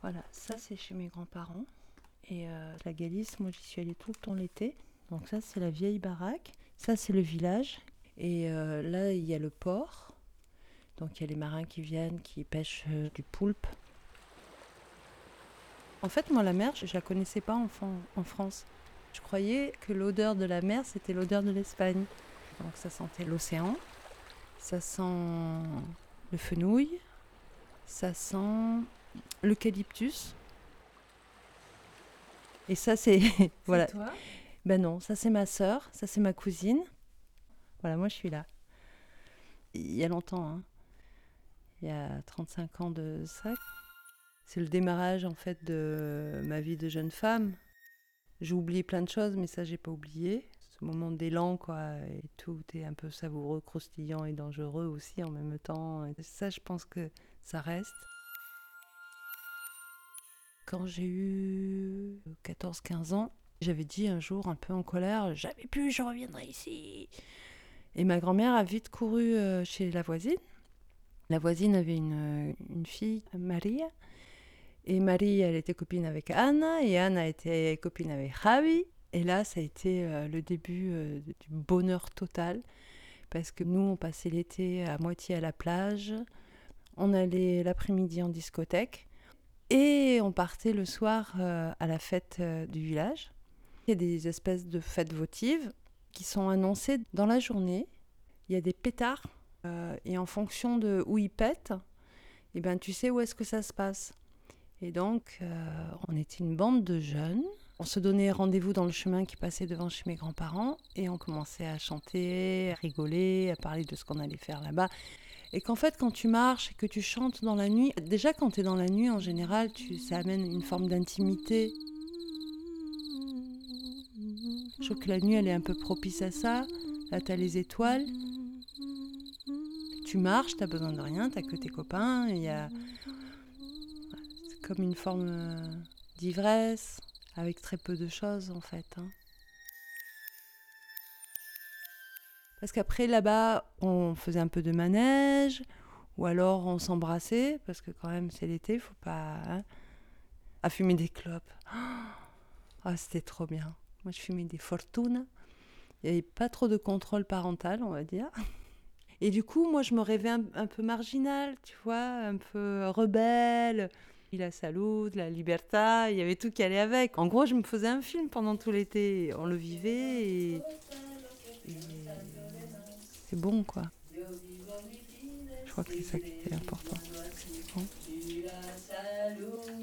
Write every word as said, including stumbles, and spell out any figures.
Voilà, ça c'est chez mes grands-parents. Et euh, la Galice, moi j'y suis allée tout le temps l'été. Donc ça c'est la vieille baraque. Ça c'est le village. Et euh, là il y a le port. Donc il y a les marins qui viennent, qui pêchent euh, du poulpe. En fait, moi la mer, je ne la connaissais pas en, en France. Je croyais que l'odeur de la mer, c'était l'odeur de l'Espagne. Donc ça sentait l'océan, ça sent le fenouil, ça sent l'eucalyptus. Et ça, c'est... voilà. C'est toi? Ben non, ça c'est ma sœur, ça c'est ma cousine. Voilà, moi je suis là. Il y a longtemps, hein. Il y a trente-cinq ans de ça. C'est le démarrage en fait de ma vie de jeune femme. J'ai oublié plein de choses, mais ça j'ai pas oublié. Ce moment d'élan, quoi, et tout est un peu savoureux, croustillant et dangereux aussi en même temps. Et ça, je pense que ça reste. Quand j'ai eu quatorze quinze ans, j'avais dit un jour, un peu en colère, jamais plus je reviendrai ici. Et ma grand-mère a vite couru chez la voisine. La voisine avait une, une fille, Marie. Et Marie, elle était copine avec Anne, et Anne a été copine avec Javi. Et là, ça a été euh, le début euh, du bonheur total, parce que nous, on passait l'été à moitié à la plage, on allait l'après-midi en discothèque, et on partait le soir euh, à la fête euh, du village. Il y a des espèces de fêtes votives qui sont annoncées dans la journée. Il y a des pétards, euh, et en fonction de où ils pètent, eh ben, tu sais où est-ce que ça se passe. Et donc, euh, on était une bande de jeunes. On se donnait rendez-vous dans le chemin qui passait devant chez mes grands-parents et on commençait à chanter, à rigoler, à parler de ce qu'on allait faire là-bas. Et qu'en fait, quand tu marches et que tu chantes dans la nuit, déjà quand tu es dans la nuit, en général, tu, ça amène une forme d'intimité. Je trouve que la nuit, elle est un peu propice à ça. Là, tu as les étoiles. Tu marches, tu n'as besoin de rien, tu n'as que tes copains. Il y a... C'est comme une forme d'ivresse, avec très peu de choses en fait. Hein. Parce qu'après là-bas, on faisait un peu de manège, ou alors on s'embrassait, parce que quand même c'est l'été, faut pas... Hein, à fumer des clopes. Ah, oh, c'était trop bien. Moi je fumais des Fortuna. Il n'y avait pas trop de contrôle parental, on va dire. Et du coup, moi je me rêvais un, un peu marginale, tu vois, un peu rebelle. La salud, la libertà, il y avait tout qui allait avec. En gros, je me faisais un film pendant tout l'été. On le vivait et, et c'est bon, quoi. Je crois que c'est ça qui est important. Bon.